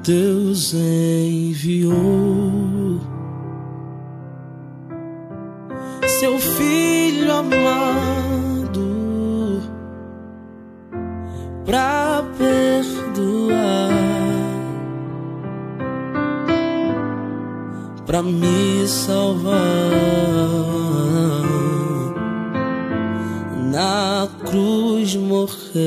Deus enviou seu Filho amado pra perdoar, pra me salvar. Na cruz morreu.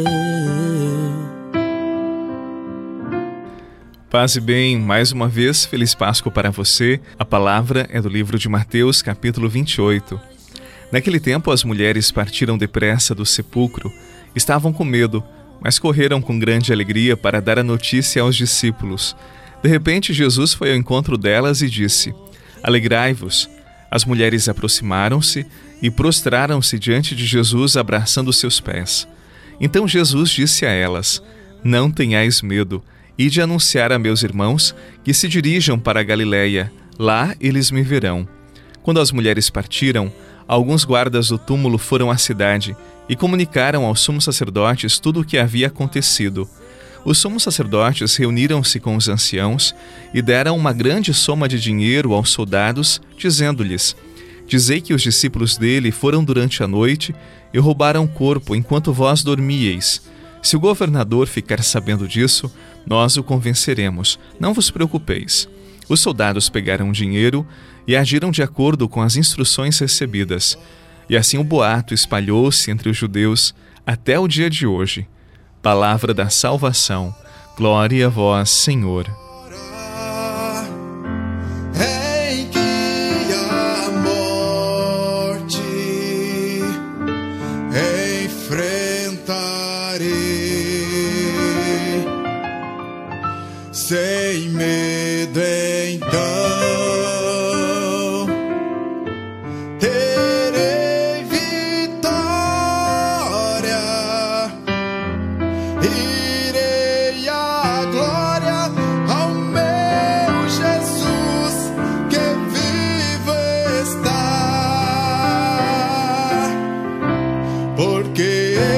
Paz e bem, mais uma vez, Feliz Páscoa para você. A palavra é do livro de Mateus, capítulo 28. Naquele tempo, as mulheres partiram depressa do sepulcro. Estavam com medo, mas correram com grande alegria para dar a notícia aos discípulos. De repente, Jesus foi ao encontro delas e disse: Alegrai-vos. As mulheres aproximaram-se e prostraram-se diante de Jesus, abraçando seus pés. Então Jesus disse a elas: Não tenhais medo. Ide anunciar a meus irmãos que se dirijam para a Galiléia. Lá eles me verão. Quando as mulheres partiram, alguns guardas do túmulo foram à cidade e comunicaram aos sumos sacerdotes tudo o que havia acontecido. Os sumos sacerdotes reuniram-se com os anciãos e deram uma grande soma de dinheiro aos soldados, dizendo-lhes: Dizei que os discípulos dele foram durante a noite e roubaram o corpo enquanto vós dormíeis. Se o governador ficar sabendo disso, nós o convenceremos. Não vos preocupeis. Os soldados pegaram o dinheiro e agiram de acordo com as instruções recebidas. E assim o boato espalhou-se entre os judeus até o dia de hoje. Palavra da salvação. Glória a vós, Senhor. Sem medo, então, terei vitória, irei à glória ao meu Jesus que vivo está, porque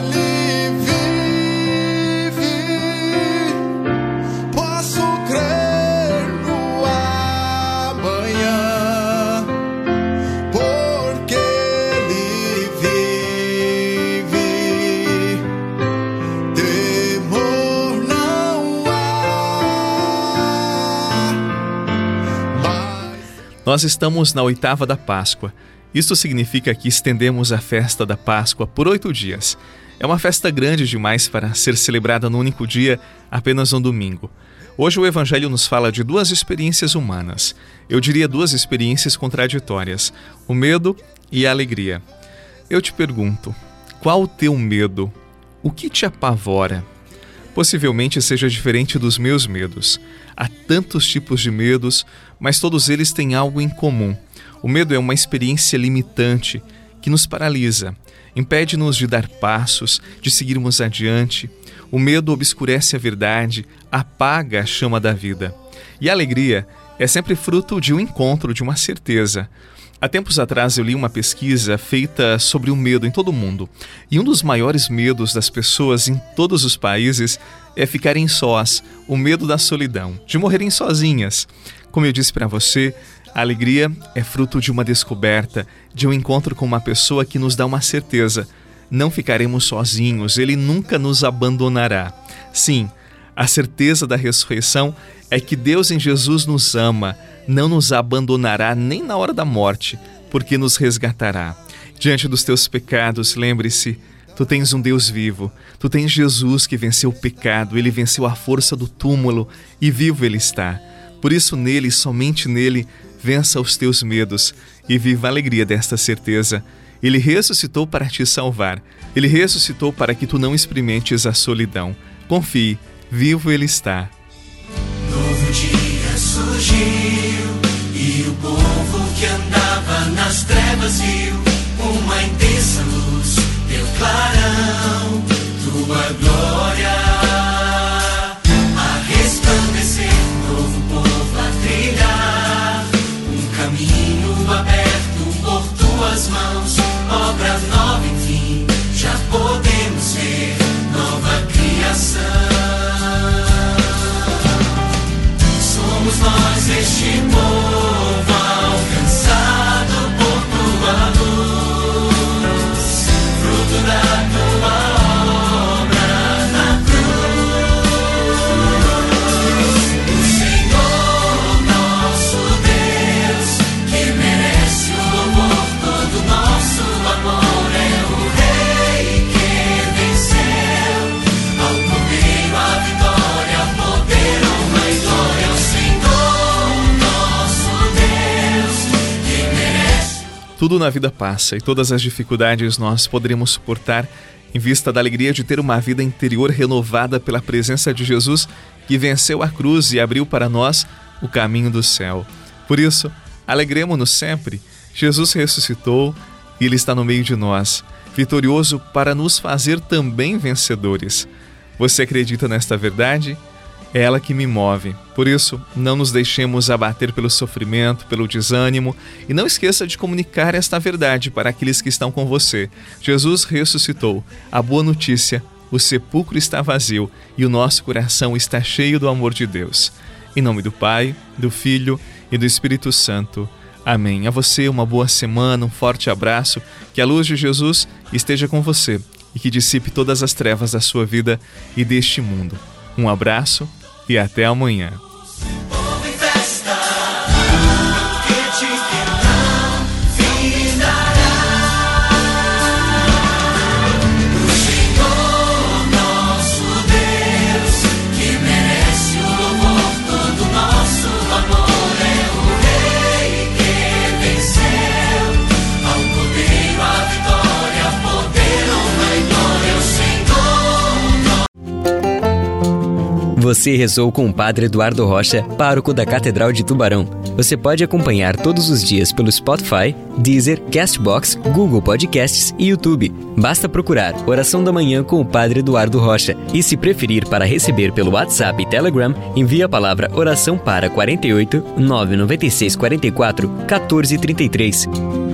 Nós estamos na oitava da Páscoa. Isso significa que estendemos a festa da Páscoa por 8 dias. É uma festa grande demais para ser celebrada num único dia, apenas no domingo. Hoje o Evangelho nos fala de 2 experiências humanas. Eu diria 2 experiências contraditórias: o medo e a alegria. Eu te pergunto, qual o teu medo? O que te apavora? Possivelmente seja diferente dos meus medos. Há tantos tipos de medos, mas todos eles têm algo em comum. O medo é uma experiência limitante que nos paralisa, impede-nos de dar passos, de seguirmos adiante. O medo obscurece a verdade, apaga a chama da vida. E a alegria é sempre fruto de um encontro, de uma certeza. Há tempos atrás eu li uma pesquisa feita sobre o medo em todo o mundo. E um dos maiores medos das pessoas em todos os países é ficarem sós, o medo da solidão, de morrerem sozinhas. Como eu disse para você, a alegria é fruto de uma descoberta, de um encontro com uma pessoa que nos dá uma certeza. Não ficaremos sozinhos, Ele nunca nos abandonará. Sim, a certeza da ressurreição é que Deus em Jesus nos ama, não nos abandonará nem na hora da morte, porque nos resgatará. Diante dos teus pecados, lembre-se, tu tens um Deus vivo, tu tens Jesus que venceu o pecado, Ele venceu a força do túmulo e vivo Ele está. Por isso nele, somente nele, vença os teus medos e viva a alegria desta certeza. Ele ressuscitou para te salvar, Ele ressuscitou para que tu não experimentes a solidão. Confie, vivo Ele está. Novo dia surgiu e o povo que andava nas trevas viu uma intensa luz, teu clarão, tua glória a resplandecer, novo povo a trilhar, um caminho aberto por tuas mãos, obra nova enfim, já podemos ver nova criação. Tudo na vida passa e todas as dificuldades nós poderemos suportar em vista da alegria de ter uma vida interior renovada pela presença de Jesus, que venceu a cruz e abriu para nós o caminho do céu. Por isso, alegremo-nos sempre. Jesus ressuscitou e Ele está no meio de nós, vitorioso para nos fazer também vencedores. Você acredita nesta verdade? É ela que me move. Por isso, não nos deixemos abater pelo sofrimento, pelo desânimo, e não esqueça de comunicar esta verdade para aqueles que estão com você. Jesus ressuscitou. A boa notícia: o sepulcro está vazio e o nosso coração está cheio do amor de Deus. Em nome do Pai, do Filho e do Espírito Santo. Amém. A você uma boa semana, um forte abraço, que a luz de Jesus esteja com você e que dissipe todas as trevas da sua vida e deste mundo. Um abraço e até amanhã. Você rezou com o Padre Eduardo Rocha, pároco da Catedral de Tubarão. Você pode acompanhar todos os dias pelo Spotify, Deezer, Castbox, Google Podcasts e YouTube. Basta procurar Oração da Manhã com o Padre Eduardo Rocha. E se preferir para receber pelo WhatsApp e Telegram, envie a palavra oração para 48 996 44 14 33.